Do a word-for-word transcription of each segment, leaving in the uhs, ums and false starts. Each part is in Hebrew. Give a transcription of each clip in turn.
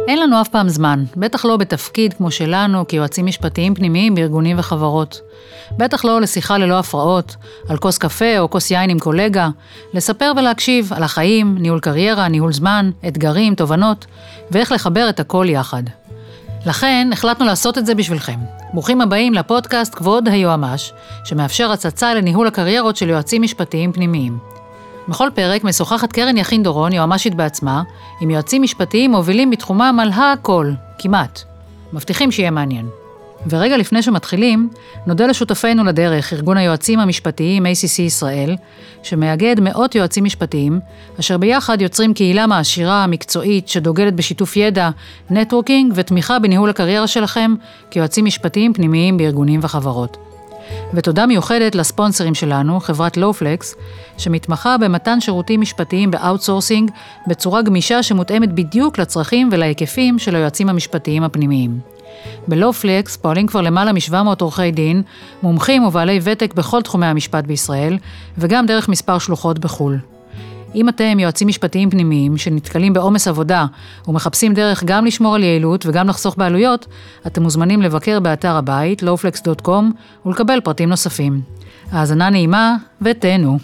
אין לנו אף פעם זמן, בטח לא בתפקיד כמו שלנו כיועצים משפטיים פנימיים בארגונים וחברות. בטח לא לשיחה ללא הפרעות, על כוס קפה או כוס יין עם קולגה, לספר ולהקשיב על החיים, ניהול קריירה, ניהול זמן, אתגרים, תובנות, ואיך לחבר את הכל יחד. לכן החלטנו לעשות את זה בשבילכם. ברוכים הבאים לפודקאסט כבוד היועמ"ש, שמאפשר הצצה לניהול הקריירות של יועצים משפטיים פנימיים. בכל פרק משוחחת קרן יכין דורון, יועמ"שית בעצמה, עם יועצים משפטיים מובילים בתחומם על הכל, כמעט. מבטיחים שיהיה מעניין. ורגע לפני שמתחילים, נודה לשותפינו לדרך, ארגון היועצים המשפטיים איי סי סי ישראל, שמאגד מאות יועצים משפטיים, אשר ביחד יוצרים קהילה מעשירה, מקצועית, שדוגלת בשיתוף ידע, נטוורקינג ותמיכה בניהול הקריירה שלכם, כיועצים משפטיים פנימיים בארגונים וחברות. ותודה מיוחדת לספונסרים שלנו, חברת לואופלקס, שמתמחה במתן שירותים משפטיים באוטסורסינג, בצורה גמישה שמותאמת בדיוק לצרכים ולהיקפים של היועצים המשפטיים הפנימיים. בלואופלקס פועלים כבר למעלה מ-שבע מאות עורכי דין, מומחים ובעלי ותק בכל תחומי המשפט בישראל, וגם דרך מספר שלוחות בחול. אם אתם יועצים משפטיים פנימיים שנתקלים בעומס עבודה ומחפשים דרך גם לשמור על יעילות וגם לחסוך בעלויות, אתם מוזמנים לבקר באתר הבית לואופלקס דוט קום ולקבל פרטים נוספים. האזנה נעימה ותהנו.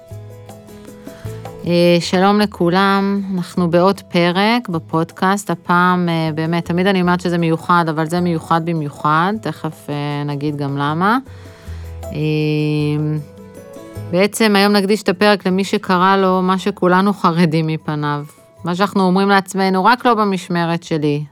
שלום לכולם, אנחנו בעוד פרק בפודקאסט, הפעם באמת, תמיד אני אומרת שזה מיוחד, אבל זה מיוחד במיוחד, תכף נגיד גם למה. בעצם היום נקדיש את הפרק למי שקרא לו מה שכולנו חרדים מפניו. מה שאנחנו אומרים לעצמנו, רק לא במשמרת שלי.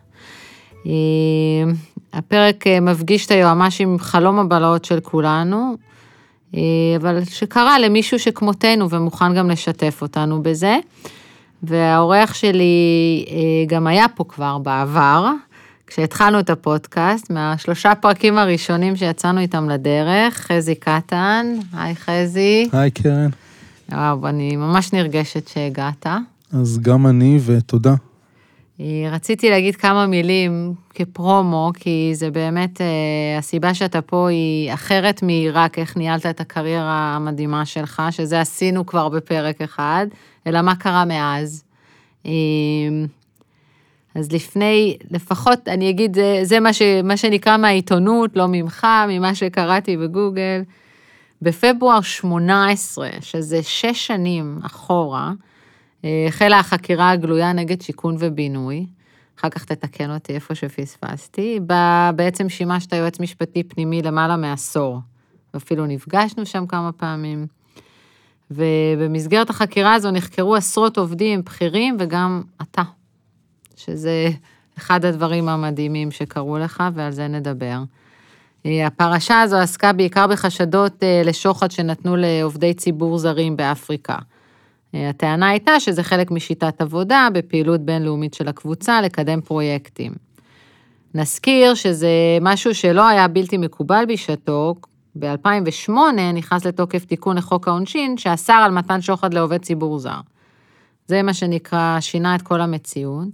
הפרק מפגיש את היועמ"ש עם חלום הבלהות של כולנו, אבל שקרא למישהו שכמותנו ומוכן גם לשתף אותנו בזה. והאורח שלי גם היה פה כבר בעבר, כשהתחלנו את הפודקאסט, מהשלושה פרקים הראשונים שיצאנו איתם לדרך, חזי קטן, היי חזי. היי קרן. וואו, אני ממש נרגשת שהגעת. אז גם אני ותודה. רציתי להגיד כמה מילים כפרומו, כי זה באמת, הסיבה שאתה פה היא אחרת מרק איך ניהלת את הקריירה המדהימה שלך, שזה עשינו כבר בפרק אחד, אלא מה קרה מאז. אז לפני, לפחות אני אגיד, זה, זה מה, ש, מה שנקרא מהעיתונות, לא ממך, ממה שקראתי בגוגל. בפברואר שמונה עשרה, שזה שש שנים אחורה, החלה החקירה הגלויה נגד שיכון ובינוי, אחר כך תתקן אותי איפה שפספסתי, בה בעצם שימשת יועץ משפטי פנימי למעלה מעשור, ואפילו נפגשנו שם כמה פעמים, ובמסגרת החקירה הזו נחקרו עשרות עובדים בכירים וגם אתה. שזה אחד הדברים המדהימים שקרו לך, ועל זה נדבר. הפרשה הזו עסקה בעיקר בחשדות לשוחד שנתנו לעובדי ציבור זרים באפריקה. הטענה הייתה שזה חלק משיטת עבודה בפעילות בינלאומית של הקבוצה לקדם פרויקטים. נזכיר שזה משהו שלא היה בלתי מקובל בשעתו, ב-אלפיים ושמונה נכנס לתוקף תיקון לחוק העונשין שאסר על מתן שוחד לעובד ציבור זר. זה מה שנקרא שינה את כל המציאות.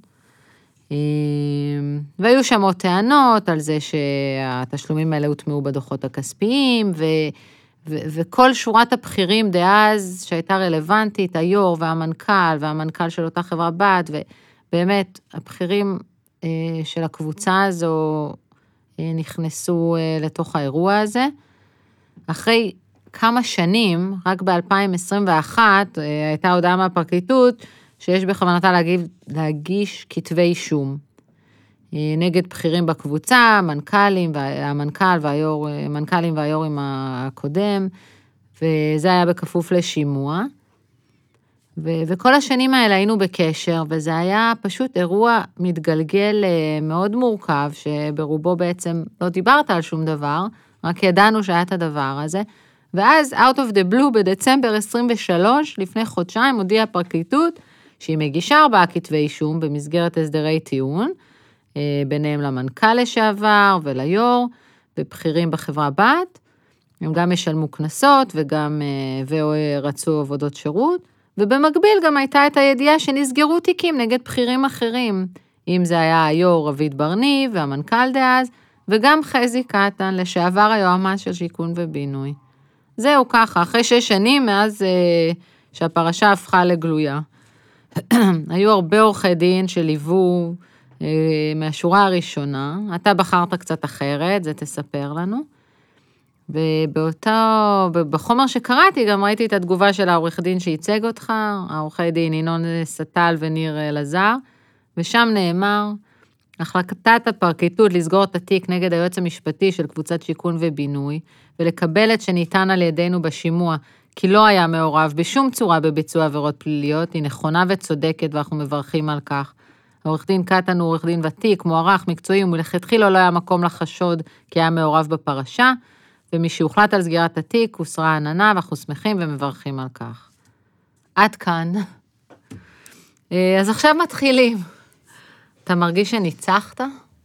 והיו שם עוד טענות על זה שהתשלומים האלה הוטמעו בדוחות הכספיים, ו, ו, וכל שורת הבכירים דאז שהייתה רלוונטית, היו"ר והמנכ"ל והמנכ"ל של אותה חברה בת, ובאמת הבכירים של הקבוצה הזו נכנסו לתוך האירוע הזה. אחרי כמה שנים, רק ב-אלפיים עשרים ואחת, הייתה הודעה מהפרקליטות, שיש בכוונתה להגיב, להגיש כתבי אישום נגד בכירים בקבוצה, מנכ"לים, והמנכ"ל והיו"ר, מנכ"לים והיו"רים הקודם, וזה היה בכפוף לשימוע. ו- וכל השנים האלה היינו בקשר, וזה היה פשוט אירוע מתגלגל מאוד מורכב, שברובו בעצם לא דיברת על שום דבר, רק ידענו שהיה את הדבר הזה, ואז out of the blue בדצמבר עשרים ושלוש, לפני חודשיים, הודיעה הפרקליטות, שהיא מגישה ארבעה כתבי אישום במסגרת הסדרי טיעון, ביניהם למנכ"ל לשעבר וליו"ר, ובכירים בחברה בת, הם גם ישלמו כנסות וגם ורצו עבודות שירות, ובמקביל גם הייתה את הידיעה שנסגרו תיקים נגד בכירים אחרים, אם זה היה היו"ר רביד ברני והמנכ"ל דאז, וגם חזי קטן לשעבר היועמ"ש של שיכון ובינוי. זהו ככה, אחרי שש שנים מאז שהפרשה הפכה לגלויה. היו הרבה עורכי דין שליוו מהשורה הראשונה, אתה בחרת קצת אחרת, זה תספר לנו, ובאותו, בחומר שקראתי, גם ראיתי את התגובה של העורך דין שייצג אותך, העורכי דין ינון סטל וניר לזר, ושם נאמר, החלטת הפרקליטות לסגור את התיק נגד היועץ המשפטי של קבוצת שיכון ובינוי, ולקבל את שניתן על ידינו בשימוע, כי לא היה מעורב בשום צורה בביצוע עבירות פליליות, היא נכונה וצודקת, ואנחנו מברכים על כך. העורך דין קטן הוא עורך דין ותיק, מוערך, מקצועי, ומלכתחילה לא היה מקום לחשוד, כי היה מעורב בפרשה, ומשהוחלט על סגירת התיק, הוסרה עננה, ואנחנו שמחים ומברכים על כך. עד כאן. אז עכשיו מתחילים. אתה מרגיש שניצחת?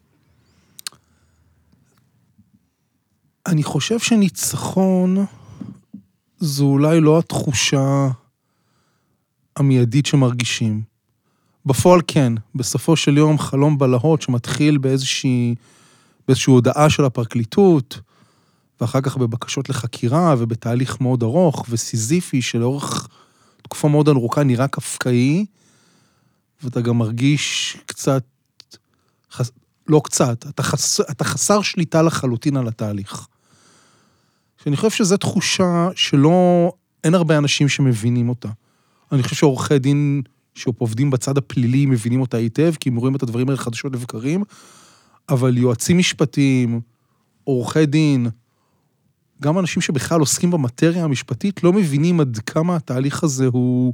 אני חושב שניצחון זו אולי לא התחושה המיידית שמרגישים. בפועל כן, בסופו של יום חלום בלהות שמתחיל באיזושהי, באיזושהי הודעה של הפרקליטות, ואחר כך בבקשות לחקירה ובתהליך מאוד ארוך וסיזיפי שלאורך תקופה מאוד ארוכה נראה קפקאי, ואתה גם מרגיש קצת, חס, לא קצת, אתה, חס, אתה חסר שליטה לחלוטין על התהליך. שאני חושב שזו תחושה שלא, אין הרבה אנשים שמבינים אותה. אני חושב שעורכי דין שעובדים בצד הפלילי מבינים אותה היטב, כי הם רואים את הדברים האלה חדשות לבקרים, אבל יועצים משפטיים, עורכי דין, גם אנשים שבכלל עוסקים במטריה המשפטית, לא מבינים עד כמה התהליך הזה הוא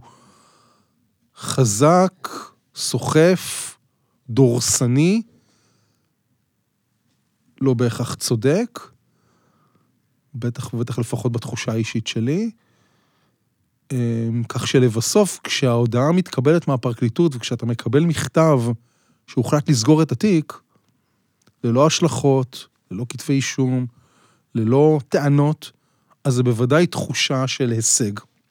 חזק, סוחף, דורסני, לא בהכרח צודק, בטח ובטח לפחות בתחושה האישית שלי, כך שלבסוף, כשההודעה מתקבלת מהפרקליטות, וכשאתה מקבל מכתב שהוחלט לסגור את התיק, ללא השלכות, ללא כתבי אישום, ללא טענות, אז זה בוודאי תחושה של הישג.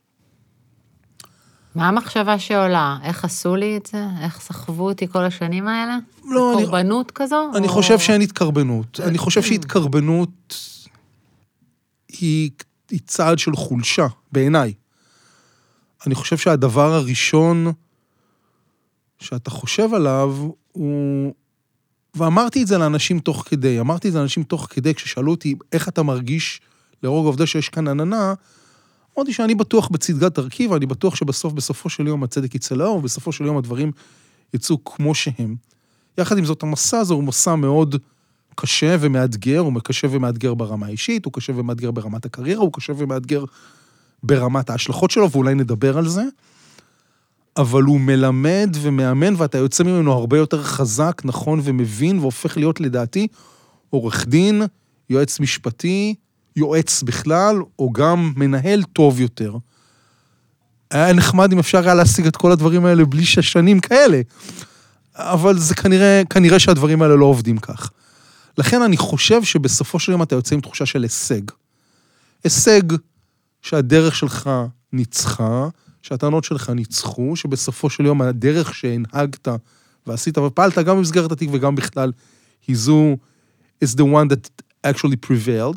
מה המחשבה שעולה? איך עשו לי את זה? איך סחבו אותי כל השנים האלה? לא, אני... קורבנות כזו? אני או... חושב שאין התקרבנות. אני חושב שהתקרבנות היא, היא צעד של חולשה, בעיניי. אני חושב שהדבר הראשון שאתה חושב עליו הוא... ואמרתי את זה לאנשים תוך כדי, אמרתי את זה לאנשים תוך כדי, כששאלו אותי איך אתה מרגיש לרוב העובדה שיש כאן עננה, אמרתי שאני בטוח בצדקת דרכי, ואני בטוח שבסוף, בסופו של יום הצדק יצא לאור, ובסופו של יום הדברים יצאו כמו שהם. יחד עם זאת, המסע הזה הוא מסע מאוד קשה ומאתגר, הוא קשה ומאתגר ברמה האישית, הוא קשה ומאתגר ברמת הקריירה, הוא קשה ומאתגר ברמת ההשלכות שלו, ואולי נדבר על זה, אבל הוא מלמד ומאמן, ואתה יוצא ממנו הרבה יותר חזק, נכון ומבין, והופך להיות לדעתי עורך דין, יועץ משפטי, יועץ בכלל, או גם מנהל טוב יותר. היה נחמד אם אפשר היה להשיג את כל הדברים האלה בלי ששנים כאלה, אבל זה כנראה, כנראה שהדברים האלה לא עובדים כך. לכן אני חושב שבסופו של יום אתה יוצא עם תחושה של הישג. הישג שהדרך שלך ניצחה, שהטענות שלך ניצחו, שבסופו של יום הדרך שהנהגת ועשית ופעלת גם במסגרת התיק וגם בכלל, היא זו, is the one that actually prevailed.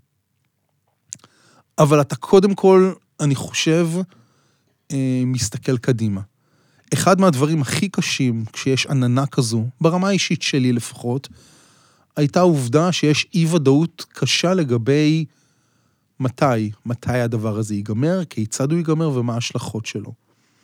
אבל אתה קודם כל, אני חושב, מסתכל קדימה. אחד מהדברים הכי קשים, כשיש עננה כזו, ברמה האישית שלי לפחות, הייתה העובדה שיש אי ודאות קשה לגבי מתי, מתי הדבר הזה ייגמר, כיצד הוא ייגמר ומה ההשלכות שלו.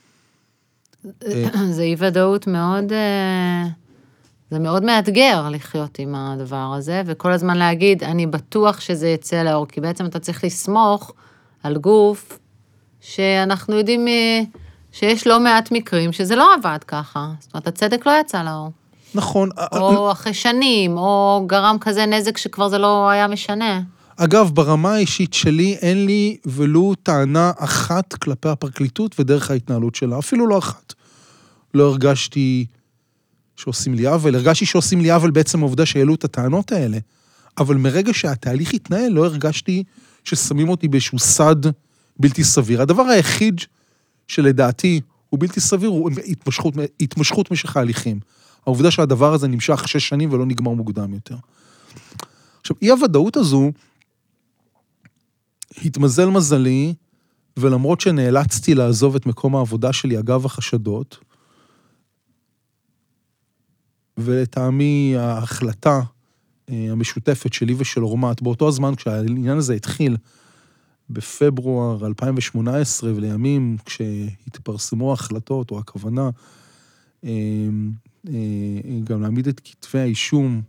זה אי ודאות מאוד, זה מאוד מאתגר לחיות עם הדבר הזה, וכל הזמן להגיד, אני בטוח שזה יצא לאור, כי בעצם אתה צריך לסמוך על גוף, שאנחנו יודעים שיש לא מעט מקרים, שזה לא עבד ככה. זאת אומרת, הצדק לא יצא לאור. נכון. או אחרי שנים, או גרם כזה נזק שכבר זה לא היה משנה. אגב, ברמה האישית שלי, אין לי ולו טענה אחת כלפי הפרקליטות ודרך ההתנהלות שלה, אפילו לא אחת. לא הרגשתי שעושים לי עוול, הרגשתי שעושים לי עוול בעצם העובדה שהעלו את הטענות האלה, אבל מרגע שהתהליך התנהל, לא הרגשתי ששמים אותי באיזשהו סד בלתי סביר. הדבר היחיד שלדעתי הוא בלתי סביר, הוא התמשכות, התמשכות משך ההליכים. העובדה שהדבר הזה נמשך שש שנים ולא נגמר מוקדם יותר. עכשיו, אי הוודאות הזו, התמזל מזלי, ולמרות שנאלצתי לעזוב את מקום העבודה שלי אגב החשדות, ולטעמי ההחלטה המשותפת שלי ושל אורמת, באותו הזמן כשהעניין הזה התחיל, בפברואר אלפיים שמונה עשרה, ולימים כשהתפרסמו ההחלטות או הכוונה, גם להעמיד את כתבי האישום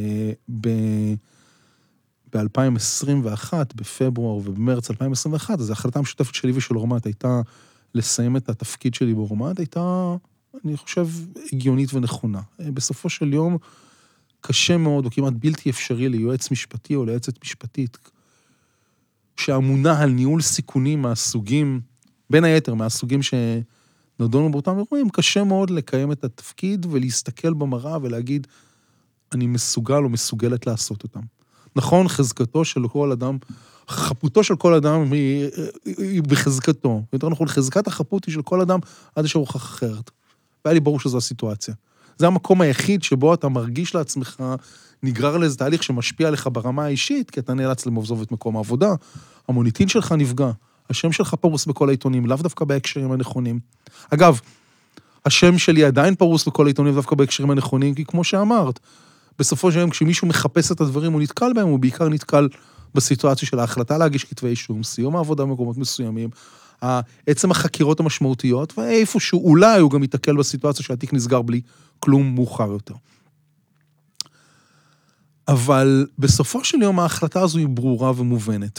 ב-אלפיים עשרים ואחת, בפברואר ובמרץ אלפיים עשרים ואחת, אז ההחלטה המשותפת שלי ושל אורמת הייתה לסיים את התפקיד שלי באורמת, הייתה, אני חושב, הגיונית ונכונה. בסופו של יום, קשה מאוד, או כמעט בלתי אפשרי ליועץ משפטי או ליועצת משפטית, שאמונה על ניהול סיכונים מהסוגים, בין היתר מהסוגים שנדונו באותם אירועים, קשה מאוד לקיים את התפקיד ולהסתכל במראה ולהגיד, אני מסוגל או מסוגלת לעשות אותם. נכון, חזקתו של כל אדם, חפותו של כל אדם היא, היא בחזקתו. יותר נכון, חזקת החפות היא של כל אדם עד אשר הוכח אחרת. והיה לי ברור שזו הסיטואציה. זה המקום היחיד שבו אתה מרגיש לעצמך, נגרר לאיזה תהליך שמשפיע עליך ברמה האישית, כי אתה נאלץ למובזוב את מקום העבודה, המוניטין שלך נפגע, השם שלך פרוס בכל העיתונים, לאו דווקא בהקשרים הנכונים. אגב, השם שלי עדיין פרוס בכל העיתונים, דווקא בהקשרים הנכונים, כי כמו שאמרת, בסופו של יום, כשמישהו מחפש את הדברים, הוא נתקל בהם, הוא בעיקר נתקל בסיטואציה של ההחלטה להגיש כתבי אישום, סיום העבודה במקומות מסוימים, עצם החקירות המשמעותיות, ואיפשהו אולי הוא גם יתקל בסיטואציה שהתיק נסגר בלי כלום מאוחר יותר. אבל בסופו של יום ההחלטה הזו היא ברורה ומובנת,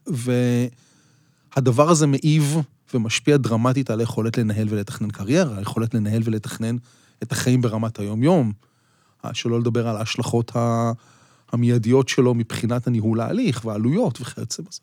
והדבר הזה מעיב ומשפיע דרמטית על היכולת לנהל ולתכנן קריירה, היכולת לנהל ולתכנן את החיים ברמת היום-יום, שלא לדבר על ההשלכות המיידיות שלו מבחינת הניהול ההליך והעלויות וכיוצא בזה.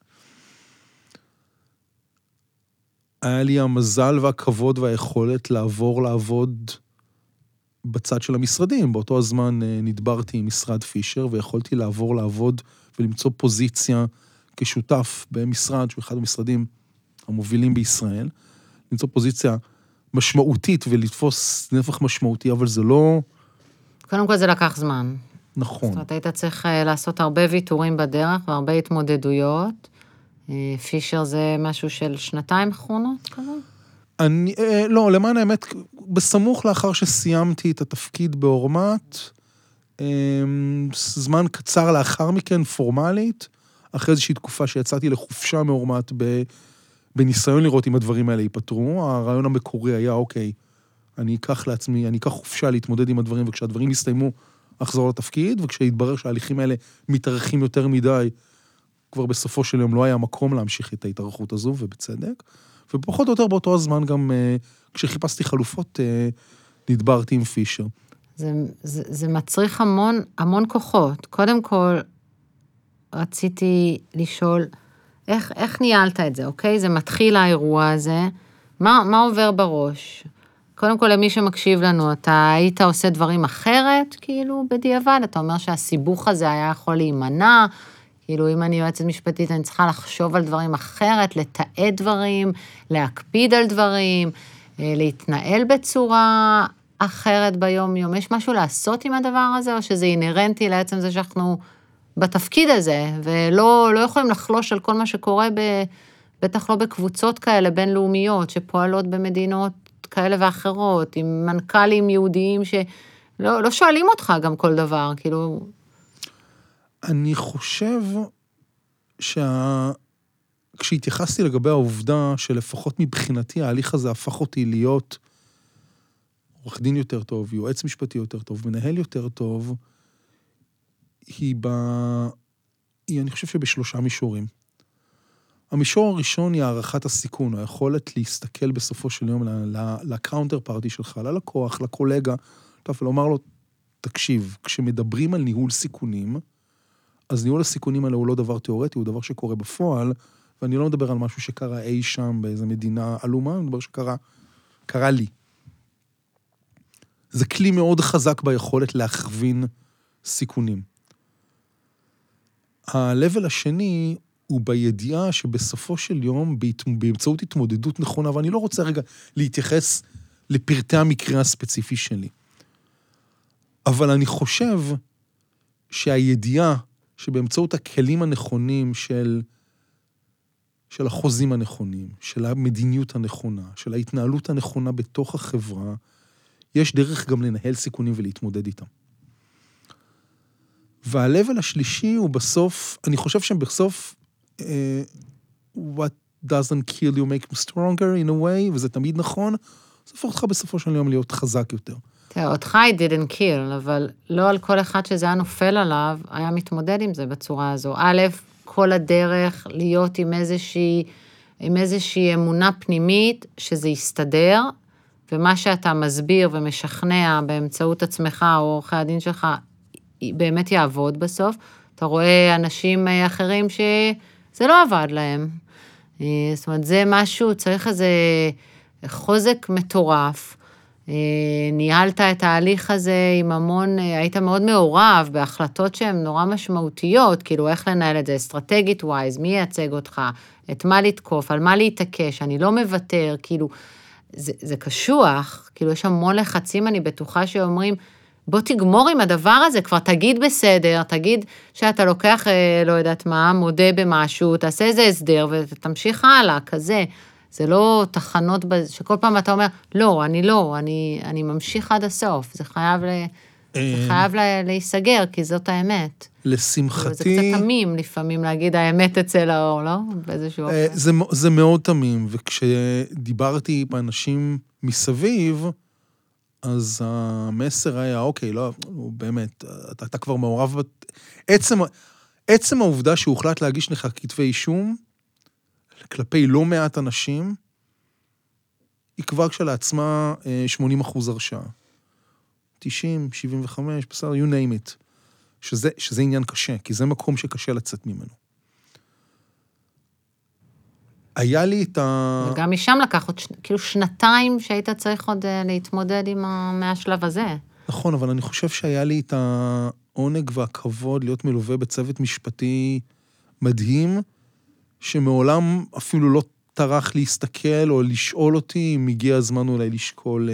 היה לי המזל והכבוד והיכולת לעבור לעבוד בצד של המשרדים. באותו הזמן נדברתי עם משרד פישר, ויכולתי לעבור לעבוד ולמצוא פוזיציה כשותף במשרד, שהוא אחד המשרדים המובילים בישראל, למצוא פוזיציה משמעותית ולתפוס נפח משמעותי, אבל זה לא... קודם כל זה לקח זמן. נכון. זאת אומרת, היית צריך לעשות הרבה ויתורים בדרך והרבה התמודדויות. פישר זה משהו של שנתיים אחרונות כזה? אני, לא, למען האמת, בסמוך לאחר שסיימתי את התפקיד באורמת, זמן קצר לאחר מכן, פורמלית, אחרי איזושהי תקופה שיצאתי לחופשה מאורמת, בניסיון לראות אם הדברים האלה ייפטרו, הרעיון המקורי היה, אוקיי, אני אקח לעצמי, אני אקח חופשה להתמודד עם הדברים, וכשהדברים יסתיימו, אחזור לתפקיד, וכשהתברר שההליכים האלה מתארכים יותר מדי, כבר בסופו של יום לא היה מקום להמשיך את ההתארכות הזו, ובצדק. ופחות או יותר באותו הזמן גם, כשחיפשתי חלופות, נדברתי עם פישר. זה, זה, זה מצריך המון, המון כוחות. קודם כל, רציתי לשאול, איך, איך ניהלת את זה, אוקיי? זה מתחיל האירוע הזה. מה, מה עובר בראש? קודם כל, למי שמקשיב לנו, אתה היית עושה דברים אחרת, כאילו, בדיעבד? אתה אומר שהסיבוך הזה היה יכול להימנע, כאילו, אם אני יועצת משפטית, אני צריכה לחשוב על דברים אחרת, לתעד דברים, להקפיד על דברים, להתנהל בצורה אחרת ביום-יום. יש משהו לעשות עם הדבר הזה, או שזה אינרנטי לעצם זה שאנחנו בתפקיד הזה, ולא לא יכולים לחלוש על כל מה שקורה, ב, בטח לא בקבוצות כאלה בינלאומיות, שפועלות במדינות כאלה ואחרות, עם מנכ"לים יהודיים שלא לא שואלים אותך גם כל דבר, כאילו... אני חושב שה... כשהתייחסתי לגבי העובדה שלפחות מבחינתי ההליך הזה הפך אותי להיות עורך דין יותר טוב, יועץ משפטי יותר טוב, מנהל יותר טוב, היא ב... היא, אני חושב שבשלושה מישורים. המישור הראשון היא הערכת הסיכון, היכולת להסתכל בסופו של יום לקאונטר פארטי שלך, ללקוח, לקולגה, ולומר לו, תקשיב, כשמדברים על ניהול סיכונים, אז ניהול הסיכונים האלה הוא לא דבר תיאורטי, הוא דבר שקורה בפועל, ואני לא מדבר על משהו שקרה אי שם באיזו מדינה עלומה, אני מדבר שקרה, קרה לי. זה כלי מאוד חזק ביכולת להכווין סיכונים. ה-level השני הוא בידיעה שבסופו של יום, באמצעות התמודדות נכונה, ואני לא רוצה רגע להתייחס לפרטי המקרה הספציפי שלי. אבל אני חושב שהידיעה שבאמצעות הכלים הנכונים של, של החוזים הנכונים, של המדיניות הנכונה, של ההתנהלות הנכונה בתוך החברה, יש דרך גם לנהל סיכונים ולהתמודד איתם. והלבל השלישי הוא בסוף, אני חושב שבסוף, uh, what doesn't kill you make you stronger in a way, וזה תמיד נכון, זה הופך אותך בסופו של יום להיות חזק יותר. תראה, אותך היא didn't kill, אבל לא על כל אחד שזה היה נופל עליו, היה מתמודד עם זה בצורה הזו. א', כל הדרך להיות עם איזושהי, עם איזושהי אמונה פנימית, שזה יסתדר, ומה שאתה מסביר ומשכנע באמצעות עצמך או עורכי הדין שלך, באמת יעבוד בסוף. אתה רואה אנשים אחרים שזה לא עבד להם. זאת אומרת, זה משהו, צריך איזה חוזק מטורף. ניהלת את ההליך הזה עם המון, היית מאוד מעורב בהחלטות שהן נורא משמעותיות, כאילו איך לנהל את זה, אסטרטגית ווייז, מי ייצג אותך, את מה לתקוף, על מה להתעקש, אני לא מוותר, כאילו, זה, זה קשוח, כאילו יש המון לחצים, אני בטוחה שאומרים, בוא תגמור עם הדבר הזה, כבר תגיד בסדר, תגיד שאתה לוקח, לא יודעת מה, מודה במשהו, תעשה איזה הסדר ותמשיך הלאה, כזה. זה לא תחנות, שכל פעם אתה אומר, לא, אני לא, אני, אני ממשיך עד הסוף, זה חייב, ל, זה חייב לה, להיסגר, כי זאת האמת. לשמחתי... זה קצת תמים לפעמים להגיד האמת אצל האור, לא? באיזשהו אופן. זה, זה מאוד תמים, וכשדיברתי עם אנשים מסביב, אז המסר היה, אוקיי, לא, באמת, אתה, אתה כבר מעורב, עצם, עצם העובדה שהוחלט להגיש לך כתבי אישום, כלפי לא מעט אנשים, היא כבר כשלעצמה שמונים אחוז הרשעה. תשעים, שבעים וחמש, בסדר, you name it. שזה, שזה עניין קשה, כי זה מקום שקשה לצאת ממנו. היה לי את ה... וגם משם לקח עוד, כאילו שנתיים שהיית צריך עוד להתמודד עם מהשלב הזה. נכון, אבל אני חושב שהיה לי את העונג והכבוד להיות מלווה בצוות משפטי מדהים, שמעולם אפילו לא טרח להסתכל או לשאול אותי, אם הגיע הזמן אולי לשקול.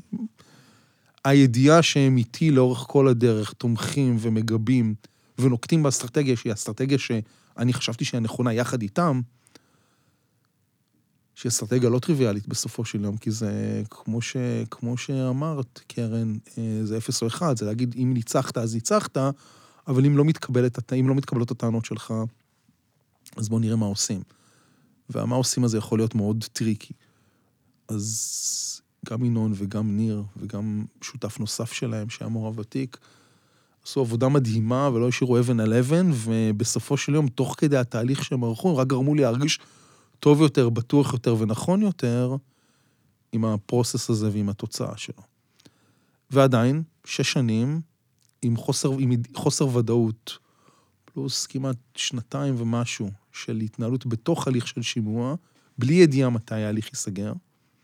הידיעה שהם איתי לאורך כל הדרך, תומכים ומגבים, ונוקטים באסטרטגיה, שהיא האסטרטגיה שאני חשבתי שהיא נכונה יחד איתם, שהיא אסטרטגיה לא טריוויאלית בסופו של יום, כי זה, כמו, ש, כמו שאמרת, קרן, זה אפס או אחד, זה להגיד, אם ניצחת, אז ניצחת, אבל אם לא מתקבלת, אם לא מתקבלות הטענות שלך, אז בואו נראה מה עושים. ומה עושים הזה יכול להיות מאוד טריקי. אז גם ינון וגם ניר, וגם שותף נוסף שלהם, שהיה מורה ותיק, עשו עבודה מדהימה, ולא השאירו אבן על אבן, ובסופו של יום, תוך כדי התהליך שהם ערכו, רק גרמו לי להרגיש טוב יותר, בטוח יותר ונכון יותר, עם הפרוסס הזה ועם התוצאה שלו. ועדיין, שש שנים, עם חוסר, עם חוסר ודאות, פלוס כמעט שנתיים ומשהו של התנהלות בתוך הליך של שימוע, בלי ידיעה מתי ההליך ייסגר.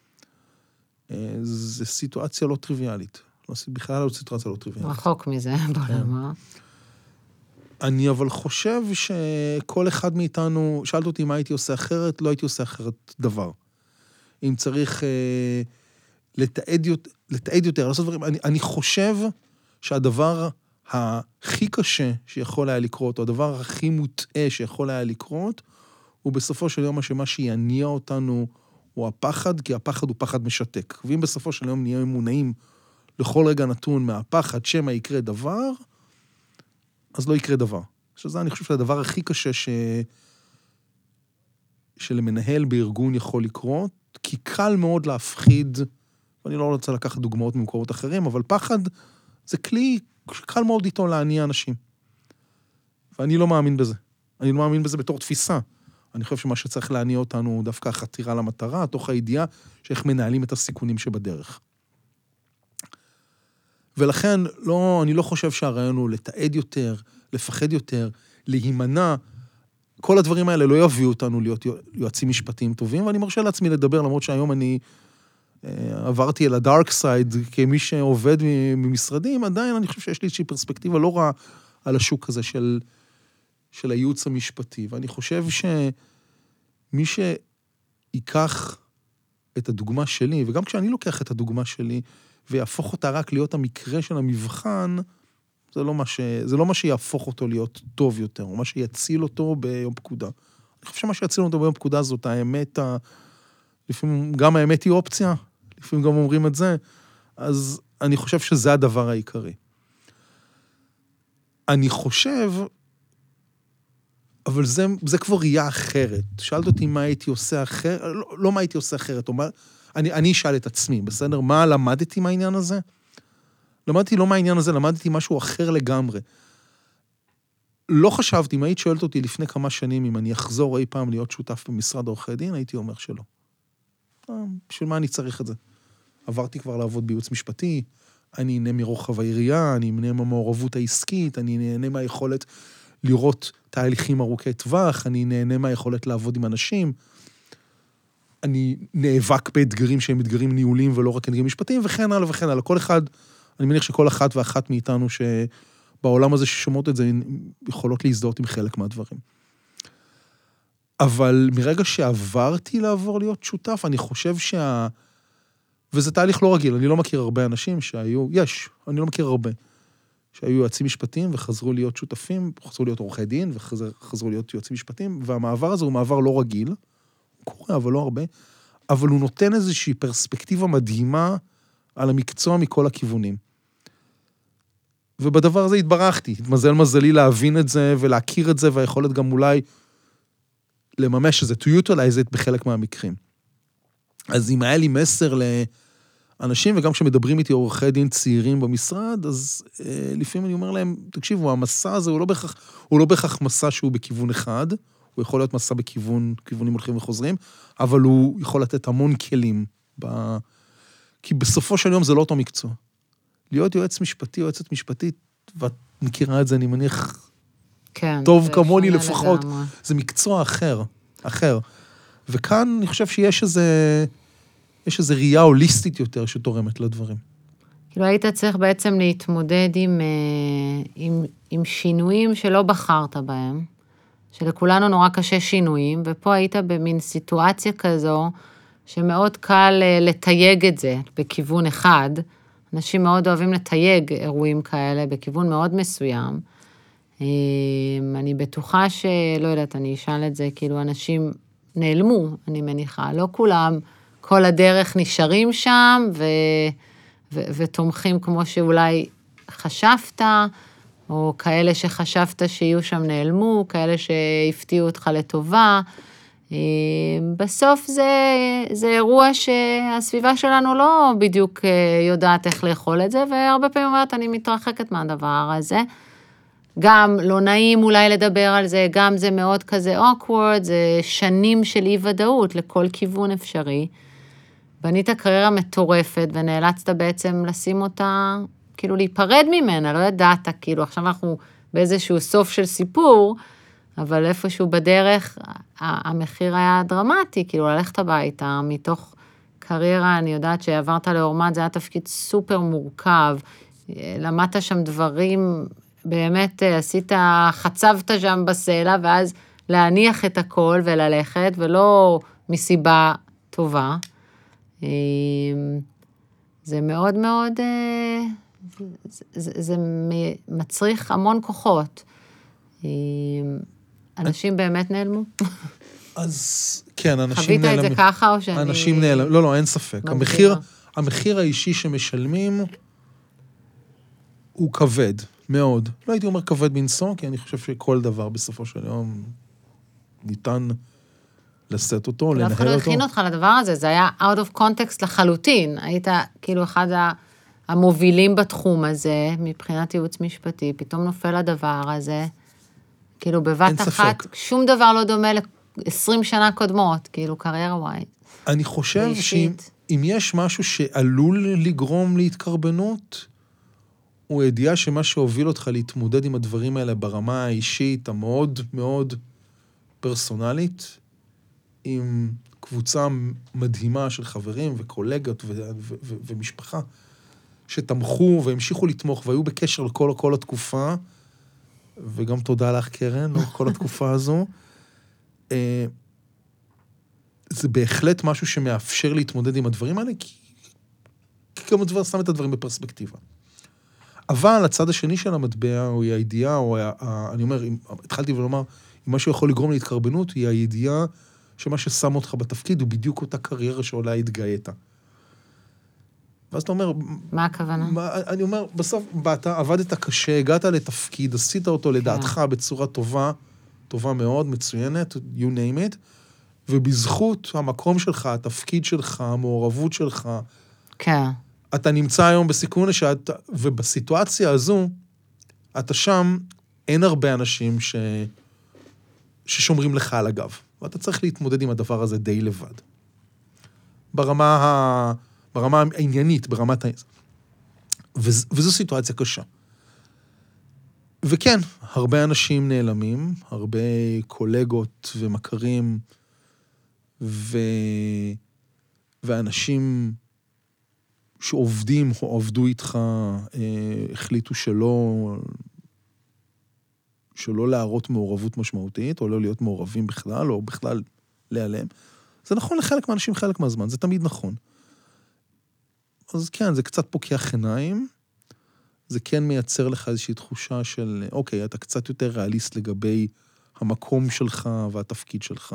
זו סיטואציה לא טריוויאלית. בכלל לא סיטואציה לא טריוויאלית. רחוק מזה, בוא נאמר. אני אבל חושב שכל אחד מאיתנו, שאלת אותי מה הייתי עושה אחרת, לא הייתי עושה אחרת דבר. אם צריך אה, לתעד, לתעד יותר, לעשות דברים, אני, אני חושב שהדבר הכי קשה שיכול היה לקרות, או הדבר הכי מוטעה שיכול היה לקרות, הוא בסופו של יום שמה שיניע אותנו הוא הפחד, כי הפחד הוא פחד משתק. ואם בסופו של יום נהיה אמונעים לכל רגע נתון מהפחד, שמה יקרה דבר, אז לא יקרה דבר. שזה אני חושב שהדבר הכי קשה ש... שלמנהל בארגון יכול לקרות, כי קל מאוד להפחיד, ואני לא רוצה לקחת דוגמאות ממקורות אחרים, אבל פחד זה כלי שקל מאוד איתו להניע אנשים. ואני לא מאמין בזה. אני לא מאמין בזה בתור תפיסה. אני חושב שמה שצריך להניע אותנו הוא דווקא החתירה למטרה, תוך הידיעה שאיך מנהלים את הסיכונים שבדרך. ולכן לא, אני לא חושב שהרעיון הוא לתעד יותר, לפחד יותר, להימנע. כל הדברים האלה לא יביאו אותנו להיות יועצים משפטיים טובים, ואני מרשה לעצמי לדבר, למרות שהיום אני עברתי אל הדארק סייד, כמי שעובד ממשרדים, עדיין אני חושב שיש לי איזושהי פרספקטיבה לא רעה על השוק הזה של, של הייעוץ המשפטי, ואני חושב שמי שיקח את הדוגמה שלי, וגם כשאני לוקח את הדוגמה שלי, ויהפוך אותה רק להיות המקרה של המבחן, זה לא מה ש... זה לא מה שיהפוך אותו להיות טוב יותר, או מה שיציל אותו ביום פקודה. אני חושב שמה שיציל אותו ביום פקודה זאת האמת, ה... לפעמים גם האמת היא אופציה, לפעמים גם אומרים את זה, אז אני חושב שזה הדבר העיקרי. אני חושב, אבל זה, זה כבר ראייה אחרת. שאלת אותי מה הייתי עושה אחרת, לא, לא מה הייתי עושה אחרת, או מה, אני, אני אשאל את עצמי, בסדר? מה למדתי מהעניין הזה? למדתי לא מהעניין הזה, למדתי משהו אחר לגמרי. לא חשבתי, אם היית שואלת אותי לפני כמה שנים, אם אני אחזור אי פעם להיות שותף במשרד עורכי דין, הייתי אומר שלא. בשביל מה אני צריך את זה? עברתי כבר לעבוד בייעוץ משפטי, אני נהנה מרוחב העירייה, אני נהנה מהמעורבות העסקית, אני נהנה מהיכולת לראות תהליכים ארוכי טווח, אני נהנה מהיכולת לעבוד עם אנשים, אני נאבק באתגרים שהם אתגרים ניהוליים ולא רק אתגרים משפטיים, וכן הלאה וכן הלאה. כל אחד, אני מניח שכל אחת ואחת מאיתנו שבעולם הזה ששומעות את זה, יכולות להזדהות עם חלק מהדברים. אבל מרגע שעברתי לעבור להיות שותף, אני חושב שה... וזה תהליך לא רגיל, אני לא מכיר הרבה אנשים שהיו, יש, אני לא מכיר הרבה, שהיו יועצים משפטיים וחזרו להיות שותפים, חזרו להיות עורכי דין וחזרו להיות יועצים משפטיים, והמעבר הזה הוא מעבר לא רגיל, הוא קורה אבל לא הרבה, אבל הוא נותן איזושהי פרספקטיבה מדהימה על המקצוע מכל הכיוונים. ובדבר הזה התברכתי, התמזל מזלי להבין את זה ולהכיר את זה, והיכולת גם אולי לממש את זה, to utilize it בחלק מהמקרים. אז אם היה לי מסר לאנשים, וגם כשמדברים איתי עורכי דין צעירים במשרד, אז אה, לפעמים אני אומר להם, תקשיבו, המסע הזה הוא לא בהכרח, הוא לא בהכרח מסע שהוא בכיוון אחד, הוא יכול להיות מסע בכיוון, כיוונים הולכים וחוזרים, אבל הוא יכול לתת המון כלים, ב... כי בסופו של יום זה לא אותו מקצוע. להיות יועץ משפטי, יועצת משפטית, ואת מכירה את זה, אני מניח, כן, טוב כמוני לפחות, לגמרי. זה מקצוע אחר, אחר. וכאן אני חושב שיש איזה, יש איזה ראייה הוליסטית יותר שתורמת לדברים. כאילו היית צריך בעצם להתמודד עם, עם, עם שינויים שלא בחרת בהם, שלכולנו נורא קשה שינויים, ופה היית במין סיטואציה כזו, שמאוד קל לתייג את זה בכיוון אחד, אנשים מאוד אוהבים לתייג אירועים כאלה בכיוון מאוד מסוים, אני בטוחה שלא יודעת, אני אשאל את זה, כאילו אנשים נעלמו, אני מניחה, לא כולם, כל הדרך נשארים שם, ו, ו, ותומכים כמו שאולי חשבת, או כאלה שחשבת שיהיו שם נעלמו, כאלה שהפתיעו אותך לטובה. בסוף זה, זה אירוע שהסביבה שלנו לא בדיוק יודעת איך לאכול את זה, והרבה פעמים אומרת, אני מתרחקת מהדבר הזה. גם לא נעים אולי לדבר על זה, גם זה מאוד כזה awkward, זה שנים של אי ודאות לכל כיוון אפשרי. בנית קריירה מטורפת, ונאלצת בעצם לשים אותה, כאילו להיפרד ממנה, לא ידעת, כאילו עכשיו אנחנו באיזשהו סוף של סיפור, אבל איפשהו בדרך, המחיר היה דרמטי, כאילו ללכת הביתה, מתוך קריירה, אני יודעת שעברת לאורמד, זה היה תפקיד סופר מורכב, למדת שם דברים, באמת עשית, חצבת שם בסלע, ואז להניח את הכל וללכת, ולא מסיבה טובה. זה מאוד מאוד, זה, זה מצריך המון כוחות. אנשים באמת נעלמו? אז כן, אנשים נעלמים. חווית את זה ככה או שאני... אנשים נעלמים, לא, לא, אין ספק. המחיר, המחיר האישי שמשלמים הוא כבד, מאוד. לא הייתי אומר כבד מנסוע, כי אני חושב שכל דבר בסופו של יום ניתן לשאת אותו, לנהל אותו. לא אפילו הכין אותך לדבר הזה, זה היה out of context לחלוטין. היית כאילו אחד המובילים בתחום הזה, מבחינת ייעוץ משפטי, פתאום נופל הדבר הזה, כאילו בבת אחת, שום דבר לא דומה ל-עשרים שנה קודמות, כאילו קריירה וואי. אני חושב שאם יש משהו שעלול לגרום להתקרבנות, הוא הידיעה שמה שהוביל אותך להתמודד עם הדברים האלה ברמה האישית, המאוד מאוד פרסונלית, עם קבוצה מדהימה של חברים וקולגות ו- ו- ו- ומשפחה, שתמכו והמשיכו לתמוך, והיו בקשר לכל כל התקופה, וגם תודה לך קרן, כל התקופה הזו. זה בהחלט משהו שמאפשר להתמודד עם הדברים האלה, כי, כי גם הדבר שם את הדברים בפרספקטיבה. אבל הצד השני של המטבע, או היא הידיעה, או ה, אני אומר, התחלתי ולומר, אם משהו יכול לגרום להתקרבנות, היא הידיעה שמה ששם אותך בתפקיד, הוא בדיוק אותה קריירה שעולה התגאית. ואז אתה אומר... מה הכוונה? מה, אני אומר, בסוף באת, עבדת קשה, הגעת לתפקיד, עשית אותו לדעתך בצורה טובה, טובה מאוד, מצוינת, you name it, ובזכות המקום שלך, התפקיד שלך, המעורבות שלך, כן. אתה נמצא היום בסיכון, שאת, ובסיטואציה הזו, אתה שם, אין הרבה אנשים ש... ששומרים לך על הגב, ואתה צריך להתמודד עם הדבר הזה די לבד. ברמה, ה... ברמה העניינית, ברמת ה... וז... וזו סיטואציה קשה. וכן, הרבה אנשים נעלמים, הרבה קולגות ומכרים, ו... ואנשים שעובדים או עבדו איתך, אה, החליטו שלא, שלא להראות מעורבות משמעותית, או לא להיות מעורבים בכלל, או בכלל להיעלם. זה נכון לחלק מהאנשים חלק מהזמן, זה תמיד נכון. אז כן, זה קצת פוקח עיניים, זה כן מייצר לך איזושהי תחושה של, אוקיי, אתה קצת יותר ריאליסט לגבי המקום שלך והתפקיד שלך.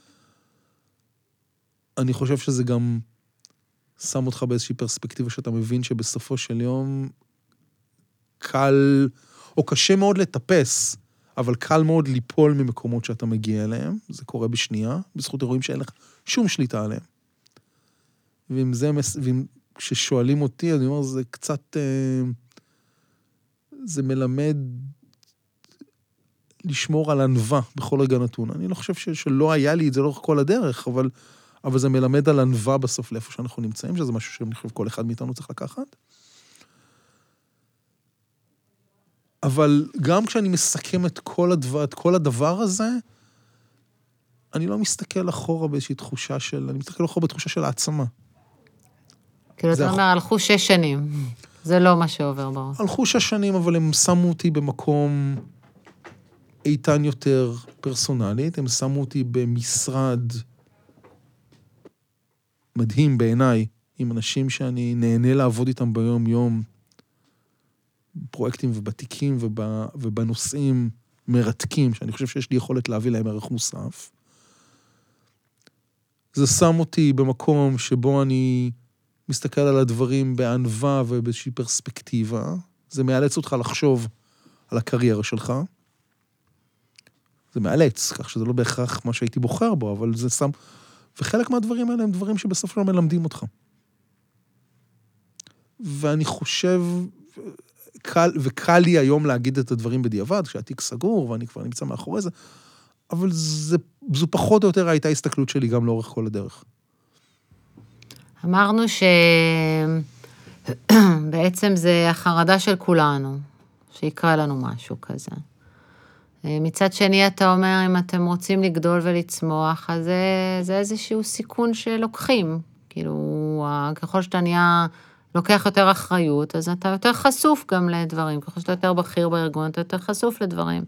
אני חושב שזה גם שם אותך באיזושהי פרספקטיבה שאתה מבין שבסופו של יום קל, או קשה מאוד לטפס, אבל קל מאוד ליפול ממקומות שאתה מגיע אליהם. זה קורה בשנייה, בזכות אירועים שאין לך שום שליטה עליהם. ואם זה, ואם, כששואלים אותי, אני אומר, זה קצת, זה מלמד לשמור על ענווה בכל רגע נתון. אני לא חושב שלא היה לי את זה לאורך כל הדרך, אבל, אבל זה מלמד על ענווה בסוף לאיפה שאנחנו נמצאים, שזה משהו שאני חושב כל אחד מאיתנו צריך לקחת. אבל גם כשאני מסכם את כל הדבר, את כל הדבר הזה, אני לא מסתכל אחורה באיזושהי תחושה של, אני מסתכל אחורה בתחושה של העצמה. כאילו אתה אומר, הלכו שש שנים. זה לא מה שעובר בראש. הלכו שש שנים, אבל הם שמו אותי במקום איתן יותר פרסונלית, הם שמו אותי במשרד מדהים בעיניי, עם אנשים שאני נהנה לעבוד איתם ביום-יום, פרויקטים ובתיקים ובנושאים מרתקים, שאני חושב שיש לי יכולת להביא להם ערך מוסף. זה שם אותי במקום שבו אני מסתכל על הדברים בענווה ובאיזושהי פרספקטיבה. זה מאלץ אותך לחשוב על הקריירה שלך. זה מאלץ, כך שזה לא בהכרח מה שהייתי בוחר בו, אבל זה שם... וחלק מהדברים האלה הם דברים שבסוף שלא מלמדים אותך. ואני חושב... קל, וקל לי היום להגיד את הדברים בדיעבד, כשהתיק סגור, ואני כבר נמצא מאחורי זה, אבל זה, זו פחות או יותר הייתה הסתכלות שלי גם לאורך כל הדרך. אמרנו שבעצם זה החרדה של כולנו, שיקרה לנו משהו כזה. מצד שני, אתה אומר, אם אתם רוצים לגדול ולצמוח, אז זה, זה איזשהו סיכון שלוקחים. כאילו, ככל שאתה נהיה... לוקח יותר אחריות, אז אתה יותר חשוף גם לדברים, ככל שאתה יותר בכיר בארגון, אתה יותר חשוף לדברים.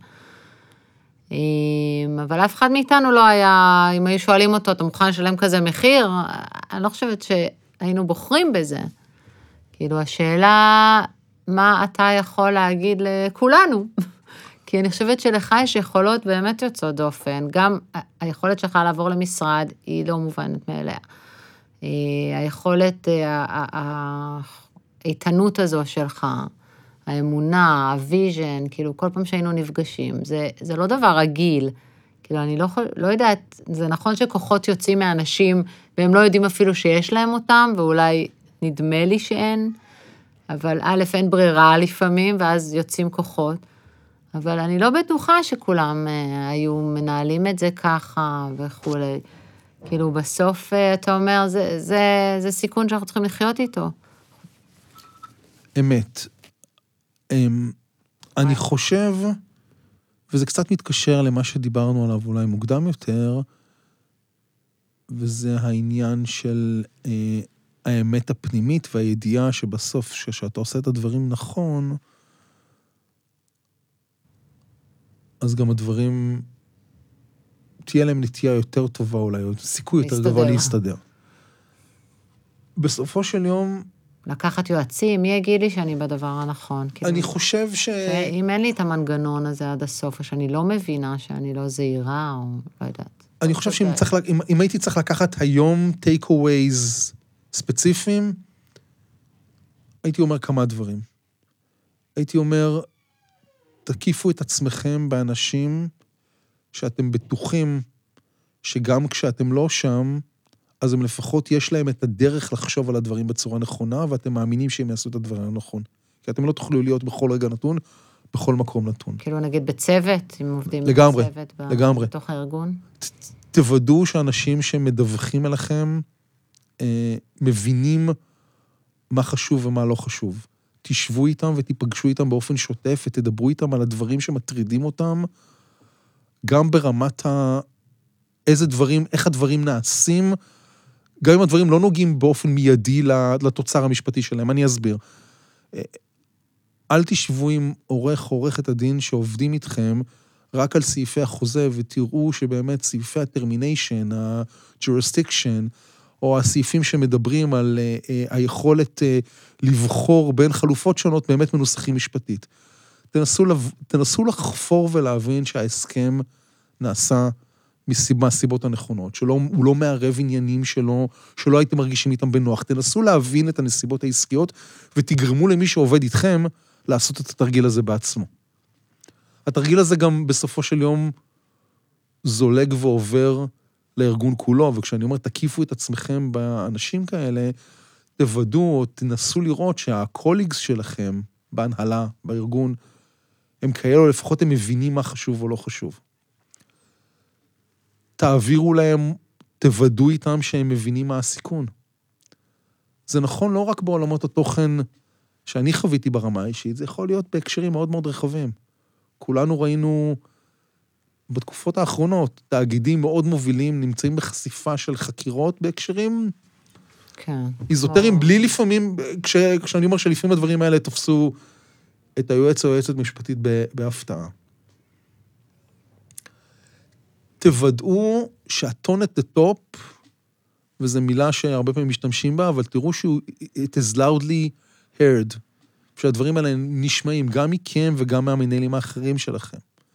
אבל אף אחד מאיתנו לא היה, אם היו שואלים אותו, אתה מוכן לשלם כזה מחיר? אני לא חושבת שהיינו בוחרים בזה. כאילו, השאלה, מה אתה יכול להגיד לכולנו? כי אני חושבת שלך יש יכולות באמת יוצאות דופן, גם היכולת שלך לעבור למשרד, היא לא מובנת מאליה. היכולת, האיתנות הזו שלך, האמונה, הוויז'ן, כאילו כל פעם שהיינו נפגשים, זה, זה לא דבר רגיל, כאילו אני לא, לא יודעת, זה נכון שכוחות יוצאים מאנשים, והם לא יודעים אפילו שיש להם אותם, ואולי נדמה לי שאין, אבל א', אין ברירה לפעמים, ואז יוצאים כוחות, אבל אני לא בטוחה שכולם היו מנהלים את זה ככה וכולי. כאילו, בסוף, אתה אומר, זה, זה, זה סיכון שאנחנו צריכים לחיות איתו. אמת. אני חושב, וזה קצת מתקשר למה שדיברנו עליו אולי מוקדם יותר, וזה העניין של אה, האמת הפנימית והידיעה שבסוף, כשאתה עושה את הדברים נכון, אז גם הדברים... תהיה להם נטייה יותר טובה אולי, או סיכוי יותר גבוה להסתדר. בסופו של יום... לקחת יועצים, מי יגיד לי שאני בדבר הנכון? אני חושב ש... אם אין לי את המנגנון הזה עד הסוף, או שאני לא מבינה שאני לא זהירה, או לא יודעת. אני חושב שאם צריך, אם הייתי צריך לקחת היום take-aways ספציפיים, הייתי אומר כמה דברים. הייתי אומר, תקיפו את עצמכם באנשים שאתם בטוחים שגם כשאתם לא שם, אז הם לפחות יש להם את הדרך לחשוב על הדברים בצורה נכונה, ואתם מאמינים שהם יעשו את הדברים הנכון. כי אתם לא תוכלו להיות בכל רגע נתון, בכל מקום נתון. כאילו נגיד בצוות, אם עובדים לגמרי, בצוות, לגמרי. בתוך הארגון? ת, תוודאו שאנשים שמדווחים אליכם, אה, מבינים מה חשוב ומה לא חשוב. תשבו איתם ותיפגשו איתם באופן שוטף, ותדברו איתם על הדברים שמטרידים אותם, גם ברמת ה... איזה דברים, איך הדברים נעשים, גם אם הדברים לא נוגעים באופן מיידי לתוצר המשפטי שלהם. אני אסביר. אל תשבו עם עורך, עורכת הדין שעובדים איתכם רק על סעיפי החוזה, ותראו שבאמת סעיפי הטרמיניישן, ה-jurisdiction, או הסעיפים שמדברים על uh, היכולת uh, לבחור בין חלופות שונות, באמת מנוסחים משפטית. תנסו, לב... תנסו לחפור ולהבין שההסכם נעשה מהסיבות הנכונות, שהוא לא מערב עניינים שלו, שלא הייתם מרגישים איתם בנוח. תנסו להבין את הנסיבות העסקיות, ותגרמו למי שעובד איתכם לעשות את התרגיל הזה בעצמו. התרגיל הזה גם בסופו של יום זולג ועובר לארגון כולו, וכשאני אומר, תקיפו את עצמכם באנשים כאלה, תוודאו או תנסו לראות שהקוליגס שלכם, בהנהלה, בארגון, הם כאלו, לפחות הם מבינים מה חשוב או לא חשוב. תעבירו להם, תוודאו איתם שהם מבינים מה הסיכון. זה נכון לא רק בעולמות התוכן שאני חוויתי ברמה האישית, זה יכול להיות בהקשרים מאוד מאוד רחבים. כולנו ראינו בתקופות האחרונות, תאגידים מאוד מובילים, נמצאים בחשיפה של חקירות בהקשרים כן. איזוטריים, בלי לפעמים, כש, כשאני אומר שלפעמים הדברים האלה תפסו את היועץ או היועצת משפטית בהפתעה. תוודאו שהטון את הטופ, וזו מילה שהרבה פעמים משתמשים בה, אבל תראו שהוא, it is loudly heard, שהדברים האלה נשמעים גם מכם וגם מהמנהלים האחרים שלכם.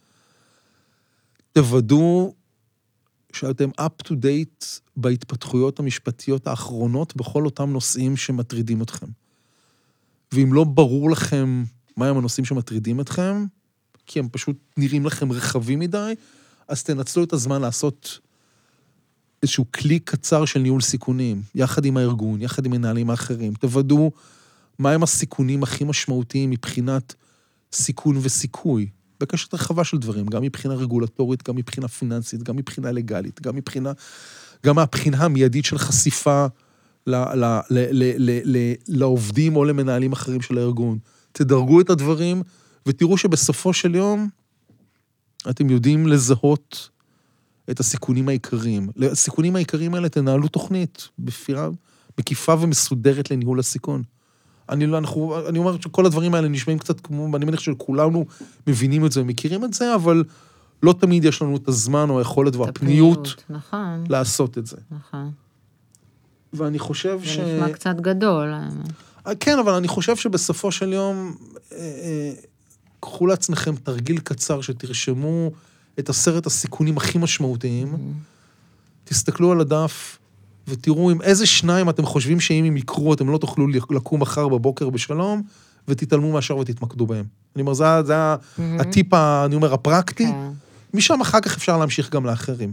תוודאו שאתם up to date בהתפתחויות המשפטיות האחרונות בכל אותם נושאים שמטרידים אתכם. ואם לא ברור לכם מה הם הנושאים שמטרידים אתכם, כי הם פשוט נראים לכם רחבים מדי, אז תנצלו את הזמן לעשות איזשהו כלי קצר של ניהול סיכונים, יחד עם הארגון, יחד עם מנהלים האחרים. תוודאו מהם הסיכונים הכי משמעותיים מבחינת סיכון וסיכוי, בקשת רחבה של דברים, גם מבחינה רגולטורית, גם מבחינה פיננסית, גם מבחינה לגלית, גם מבחינה, גם מהבחינה המיידית של חשיפה ל, ל, ל, ל, ל, ל, לעובדים או למנהלים אחרים של הארגון. תדרגו את הדברים, ותראו שבסופו של יום, אתם יודעים לזהות את הסיכונים העיקריים. הסיכונים העיקריים האלה תנהלו תוכנית, בפירה, מקיפה ומסודרת לניהול הסיכון. אני, לא, אנחנו, אני אומר שכל הדברים האלה נשמעים קצת כמו, אני מניח שכולנו מבינים את זה ומכירים את זה, אבל לא תמיד יש לנו את הזמן או היכולת והפניות נכון. לעשות את זה. נכון. ואני חושב זה ש... זה נשמע קצת גדול. כן, אבל אני חושב שבסופו של יום, אה, אה, קחו לעצמכם תרגיל קצר שתרשמו את עשרת הסיכונים הכי משמעותיים, mm-hmm. תסתכלו על הדף, ותראו עם איזה שניים אתם חושבים שאם הם יקרו, אתם לא תוכלו לקום מחר בבוקר בשלום, ותתעלמו מהשאר ותתמקדו בהם. אני אומר, זה, זה mm-hmm. הטיפ, אני אומר, הפרקטי, okay. משם אחר כך אפשר להמשיך גם לאחרים.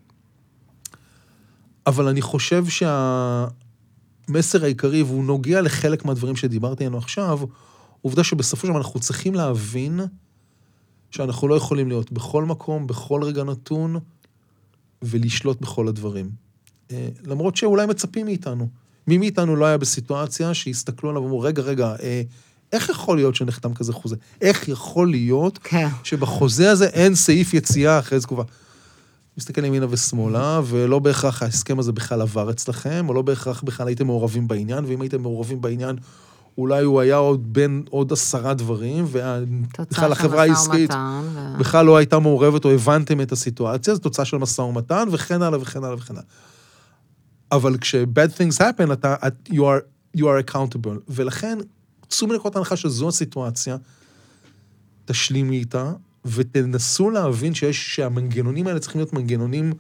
אבל אני חושב שהמסר העיקרי, והוא נוגע לחלק מהדברים שדיברתי עלינו עכשיו, עובדה שבסופו של דבר אנחנו צריכים להבין שאנחנו לא יכולים להיות בכל מקום, בכל רגע נתון, ולשלוט בכל הדברים. למרות שאולי מצפים מאיתנו. מי מאיתנו לא היה בסיטואציה שיסתכלו עליו ואומרו, רגע, רגע, איך יכול להיות שנחתם כזה חוזה? איך יכול להיות שבחוזה הזה אין סעיף יציאה אחרי איזה תקופה? מסתכל ימינה ושמאלה, ולא בהכרח ההסכם הזה בכלל עבר אצלכם, או לא בהכרח בכלל הייתם מעורבים בעניין, ואם הייתם מעורבים בעניין, אולי הוא היה עוד בין עוד עשרה דברים, ובכלל החברה העסקית בכלל לא הייתה מעורבת, או הבנתם את הסיטואציה, זו תוצאה של משא ומתן, וכן הלאה וכן הלאה וכן הלאה. אבל כש-bad things happen, אתה, you are, you are accountable, ולכן, צאו מנקודת ההנחה שזו הסיטואציה, תשלימי איתה, ותנסו להבין שיש, שהמנגנונים האלה צריכים להיות מנגנונים,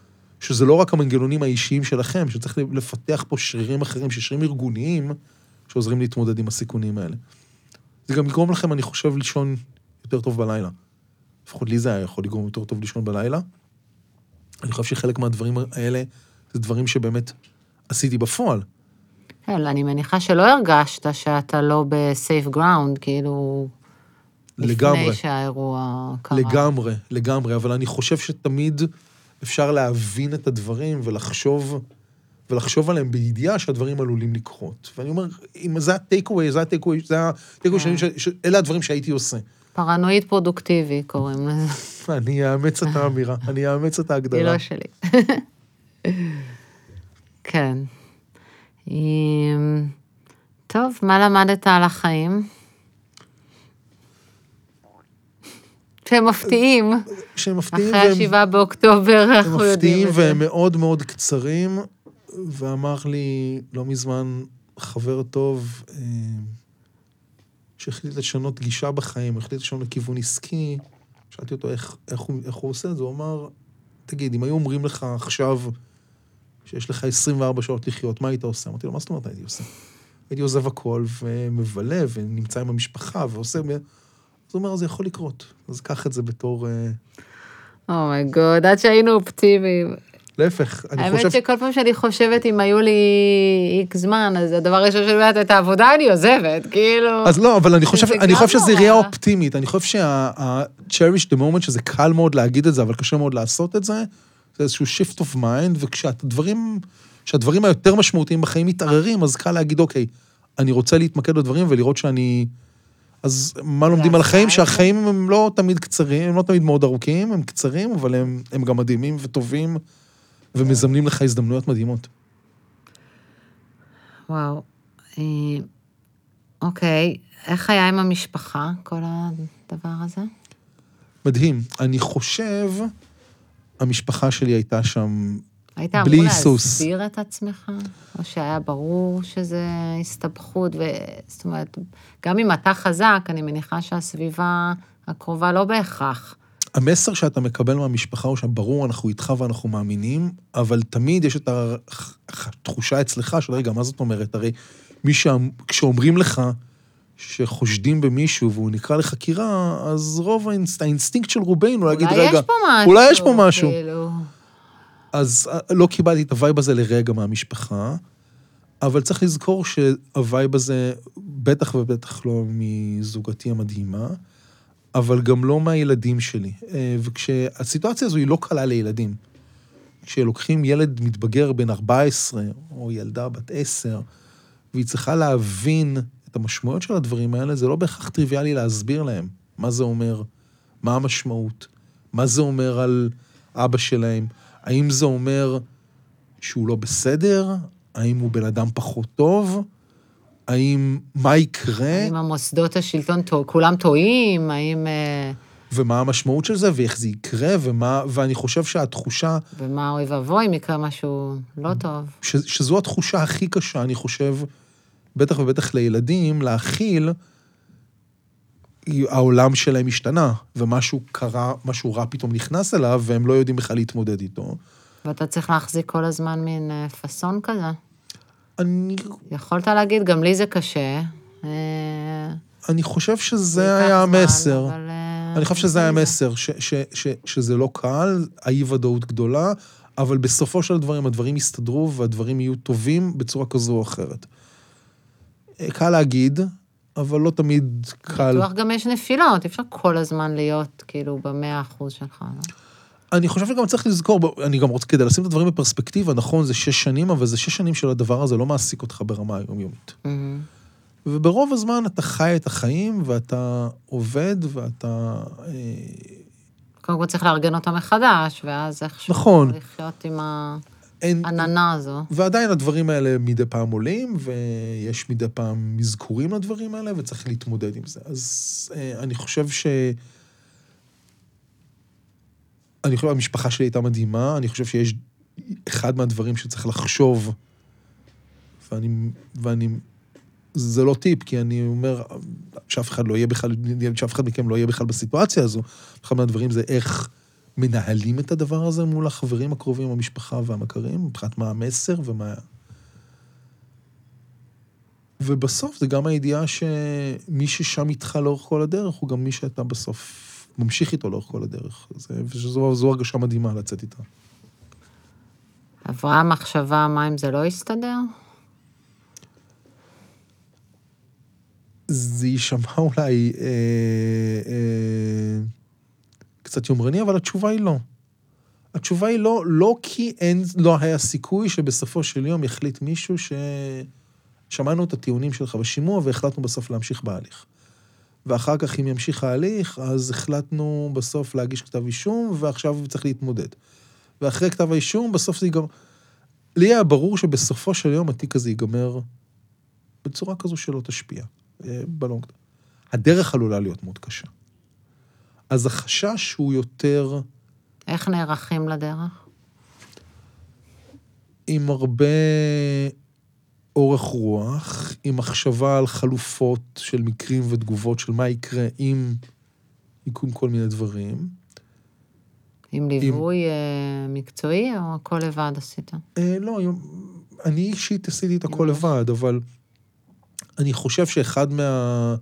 שזה לא רק המנגנונים האישיים שלכם, שצריך לפתח פה שרירים אחרים, ששרירים ארגוניים, שעוזרים להתמודד עם הסיכונים האלה. זה גם יגרום לכם, אני חושב, לישון יותר טוב בלילה. לפחות לי זה היה יכול לגרום יותר טוב לישון בלילה. אני חושב שחלק מהדברים האלה, זה דברים שבאמת עשיתי בפועל. אני מניחה שלא הרגשת שאתה לא בסייף גראונד, כאילו... לגמרי. לפני שהאירוע קרה. לגמרי, לגמרי, אבל אני חושב שתמיד אפשר להבין את הדברים ולחשוב, ולחשוב עליהם בידיעה שהדברים עלולים לקרות. ואני אומר, אם זה הטייק-אווי, זה הטייק-אווי, זה הטייק-אווי שאני, אלה הדברים שהייתי עושה. פרנואיד פרודוקטיבי קוראים לזה. אני אאמץ את האמירה, אני אאמץ את ההגדרה. היא לא שלי. כן. טוב, מה למדת על החיים? שהם מפתיעים. שהם מפתיעים. אחרי השבעה באוקטובר, אנחנו יודעים את זה. מפתיעים והם מאוד מאוד קצרים, ואמר לי לא מזמן חבר טוב, שהחליט לשנות גישה בחיים, החליט לשנות לכיוון עסקי, שאלתי אותו איך, איך, הוא, איך הוא עושה את זה, הוא אמר, תגיד, אם היו אומרים לך עכשיו, שיש לך עשרים וארבע שעות לחיות, מה היית עושה? אמרתי לו, מה זאת אומרת הייתי עושה? הייתי עוזב הכל ומבלה ונמצא עם המשפחה ועושה... אז הוא אומר, זה יכול לקרות. אז קח את זה בתור... אומייגוד, עד שהיינו אופטימיים. להפך, אני חושב... האמת שכל פעם שאני חושבת, אם היו לי איקס זמן, אז הדבר הראשון שאני אומרת, את העבודה אני עוזבת, כאילו... אז לא, אבל אני חושב, אני חושב שזה ראייה אופטימית. אני חושב שה-cherish the moment, שזה קל מאוד להגיד את זה, אבל קשה מאוד לעשות את זה, זה איזשהו shift of mind, וכשהדברים, כשהדברים היותר משמעותיים בחיים מתערערים, אז קל להגיד, אוקיי, אני רוצה להתמקד בדברים ולראות שאני... אז מה לומדים על החיים? שהחיים הם לא תמיד קצרים, הם לא תמיד מאוד ארוכים, הם קצרים, אבל הם, הם גם מדהימים וטובים, ומזמנים לך הזדמנויות מדהימות. וואו. אוקיי, איך היה עם המשפחה, כל הדבר הזה? מדהים. אני חושב, המשפחה שלי הייתה שם היית אמור להסביר את עצמך? או שהיה ברור שזה הסתבכות, זאת אומרת, גם אם אתה חזק, אני מניחה שהסביבה הקרובה לא בהכרח. המסר שאתה מקבל מהמשפחה הוא שברור, אנחנו איתך ואנחנו מאמינים, אבל תמיד יש את התחושה אצלך של רגע, מה זאת אומרת? הרי מי ש... כשאומרים לך שחושדים במישהו והוא נקרא לחקירה, אז רוב האינסטינקט של רובנו להגיד רגע, אולי יש פה משהו. אולי יש פה משהו. כאילו... אז לא קיבלתי את הווייב הזה לרגע מהמשפחה, אבל צריך לזכור שהווייב הזה בטח ובטח לא מזוגתי המדהימה, אבל גם לא מהילדים שלי. וכשהסיטואציה הזו היא לא קלה לילדים. כשלוקחים ילד מתבגר בן ארבע עשרה, או ילדה בת עשר, והיא צריכה להבין את המשמעויות של הדברים האלה, זה לא בהכרח טריוויאלי להסביר להם מה זה אומר, מה המשמעות, מה זה אומר על אבא שלהם, האם זה אומר שהוא לא בסדר, האם הוא בן אדם פחות טוב, האם, מה יקרה? האם המוסדות השלטון, כולם טועים, האם... ומה המשמעות של זה, ואיך זה יקרה, ומה, ואני חושב שהתחושה... ומה אוי ואבוי, אם יקרה משהו לא טוב. ש, שזו התחושה הכי קשה, אני חושב, בטח ובטח לילדים, להכיל, העולם שלהם השתנה, ומשהו קרה, משהו רע פתאום נכנס אליו, והם לא יודעים בכלל להתמודד איתו. ואתה צריך להחזיק כל הזמן מין פסון כזה? אני... יכולת להגיד, גם לי זה קשה. אני חושב שזה היה המסר. אני חושב שזה היה המסר, שזה לא קל, האי ודאות גדולה, אבל בסופו של דברים, הדברים יסתדרו, והדברים יהיו טובים בצורה כזו או אחרת. קל להגיד, אבל לא תמיד קל. בטוח גם יש נפילות, אפשר כל הזמן להיות כאילו במאה אחוז שלך, לא? אני חושב שגם צריך לזכור, אני גם רוצה, כדי לשים את הדברים בפרספקטיבה, נכון, זה שש שנים, אבל זה שש שנים של הדבר הזה, לא מעסיק אותך ברמה היומיומית. וברוב הזמן אתה חי את החיים, ואתה עובד, ואתה... קודם כל צריך לארגן אותה מחדש, ואז איכשהו... נכון. לחיות עם העננה הזו. ועדיין הדברים האלה מדי פעם עולים, ויש מדי פעם מזכורים לדברים האלה, וצריך להתמודד עם זה. אז אני חושב ש... אני חושב שהמשפחה שלי הייתה מדהימה, אני חושב שיש אחד מהדברים שצריך לחשוב, ואני, ואני, זה לא טיפ, כי אני אומר, שאף אחד לא יהיה בכלל, שאף אחד מכם לא יהיה בכלל בסיטואציה הזו, אחד מהדברים זה איך מנהלים את הדבר הזה מול החברים הקרובים, המשפחה והמכרים, מבחינת מה המסר ומה... ובסוף זה גם הידיעה שמי ששם איתך לאורך כל הדרך, הוא גם מי שאתה בסוף ממשיך איתו לאורך כל הדרך. וזו הרגשה מדהימה לצאת איתה. עברה מחשבה, מה אם זה לא יסתדר? זה יישמע אולי אה, אה, קצת יומרני, אבל התשובה היא לא. התשובה היא לא, לא כי אין, לא היה סיכוי שבסופו של יום יחליט מישהו ששמענו את הטיעונים שלך בשימוע, והחלטנו בסוף להמשיך בהליך. ואחר כך, אם ימשיך ההליך, אז החלטנו בסוף להגיש כתב אישום, ועכשיו צריך להתמודד. ואחרי כתב האישום, בסוף זה ייגמר. לי היה ברור שבסופו של יום התיק הזה ייגמר בצורה כזו שלא תשפיע. בלונג. הדרך עלולה להיות מאוד קשה. אז החשש הוא יותר... איך נערכים לדרך? עם הרבה אורך רוח, עם מחשבה על חלופות של מקרים ותגובות של מה יקרה אם יקום כל מיני דברים. עם ליווי עם... מקצועי או הכל לבד עשית? אה, לא, אני אישית עשיתי את הכל לבד, אבל אני חושב שאחד מה...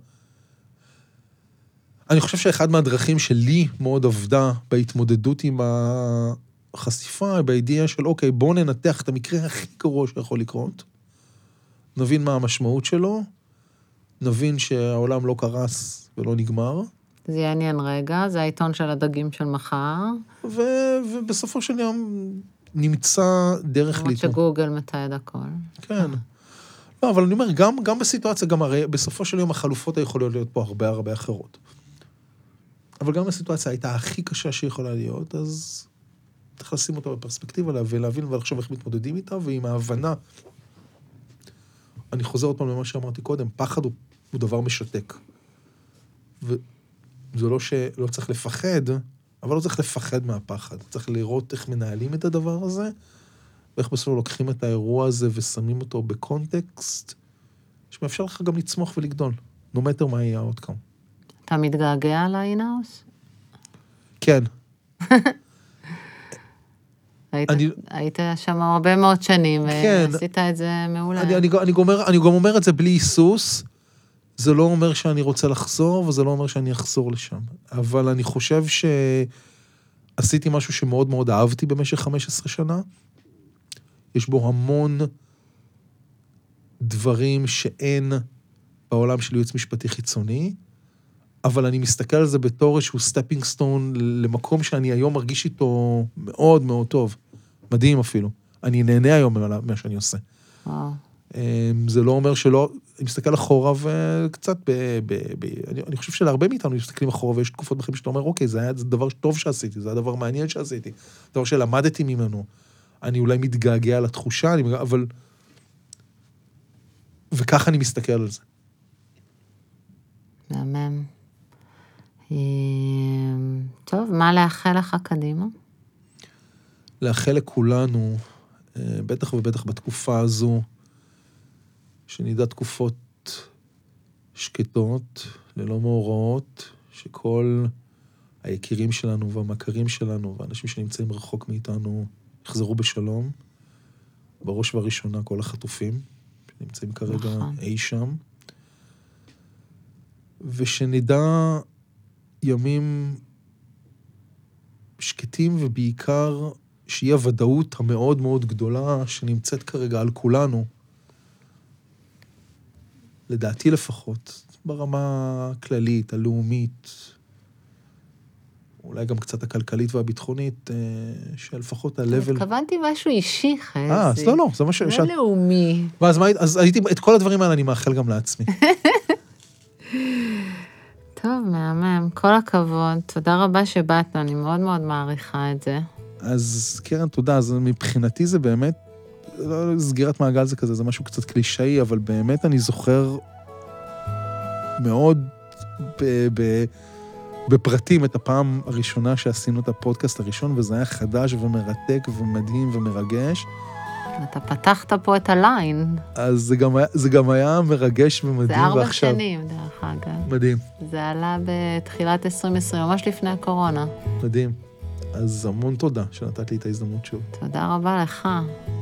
אני חושב שאחד מהדרכים שלי מאוד עבדה בהתמודדות עם החשיפה, בידיעה של אוקיי, בואו ננתח את המקרה הכי גרוע שיכול לקרות, נבין מה המשמעות שלו, נבין שהעולם לא קרס ולא נגמר. זה יעניין רגע, זה העיתון של הדגים של מחר. ו... ובסופו של יום נמצא דרך למרות שגוגל מתעד הכל. כן. לא, אבל אני אומר, גם, גם בסיטואציה, גם הרי בסופו של יום החלופות היכולות להיות פה הרבה הרבה אחרות. אבל גם הסיטואציה הייתה הכי קשה שיכולה להיות, אז צריך לשים אותה בפרספקטיבה, ולהבין ולחשוב איך מתמודדים איתה, ועם ההבנה, אני חוזר עוד פעם למה שאמרתי קודם, פחד הוא, הוא דבר משתק. וזה לא שלא צריך לפחד, אבל לא צריך לפחד מהפחד. צריך לראות איך מנהלים את הדבר הזה, ואיך בסוף לוקחים את האירוע הזה ושמים אותו בקונטקסט, שמאפשר לך גם לצמוח ולגדול, no matter מה יהיה outcome. אתה מתגעגע לאינאוס? כן. היית, אני... היית שם הרבה מאוד שנים, כן. ועשית את זה מעולה. אני, אני, אני, גומר, אני גם אומר את זה בלי היסוס, זה לא אומר שאני רוצה לחזור, וזה לא אומר שאני אחזור לשם. אבל אני חושב שעשיתי משהו שמאוד מאוד אהבתי במשך חמש עשרה שנה, יש בו המון דברים שאין בעולם של ייעוץ משפטי חיצוני, אבל אני מסתכל על זה בתור איזשהו סטפינג סטון למקום שאני היום מרגיש איתו מאוד מאוד טוב. מדהים אפילו. אני נהנה היום מה שאני עושה. וואו. זה לא אומר שלא, אני מסתכל אחורה וקצת ב... ב, ב אני, אני חושב שלהרבה מאיתנו מסתכלים אחורה, ויש תקופות בחיים שאתה אומר, אוקיי, זה היה דבר טוב שעשיתי, זה היה דבר מעניין שעשיתי, דבר שלמדתי ממנו. אני אולי מתגעגע לתחושה, אני, אבל... וככה אני מסתכל על זה. מהמם. טוב, מה לאחל לך קדימה? לאחל לכולנו, בטח ובטח בתקופה הזו, שנדע תקופות שקטות, ללא מאורעות, שכל היקירים שלנו והמכרים שלנו, ואנשים שנמצאים רחוק מאיתנו, יחזרו בשלום. בראש ובראשונה כל החטופים, שנמצאים כרגע אי שם. ושנדע ימים שקטים, ובעיקר שיהיה הוודאות המאוד מאוד גדולה שנמצאת כרגע על כולנו, לדעתי לפחות, ברמה הכללית, הלאומית, אולי גם קצת הכלכלית והביטחונית, שלפחות ה-level... התכוונתי משהו אישי, חזי. אה, אז לא, לא, זה מה ש... לא לאומי. ואז מה, אז הייתי, את כל הדברים האלה אני מאחל גם לעצמי. טוב, מהמם, כל הכבוד, תודה רבה שבאת, אני מאוד מאוד מעריכה את זה. אז קרן, תודה, אז מבחינתי זה באמת, לא, סגירת מעגל זה כזה, זה משהו קצת קלישאי, אבל באמת אני זוכר מאוד ב, ב, בפרטים את הפעם הראשונה שעשינו את הפודקאסט הראשון, וזה היה חדש ומרתק ומדהים ומרגש. אתה פתחת פה את הליין. אז זה גם היה, זה גם היה מרגש ומדהים. זה ארבע ועכשיו... שנים, דרך אגב. מדהים. זה עלה בתחילת עשרים עשרים, ממש לפני הקורונה. מדהים. אז המון תודה שנתת לי את ההזדמנות שוב. תודה רבה לך.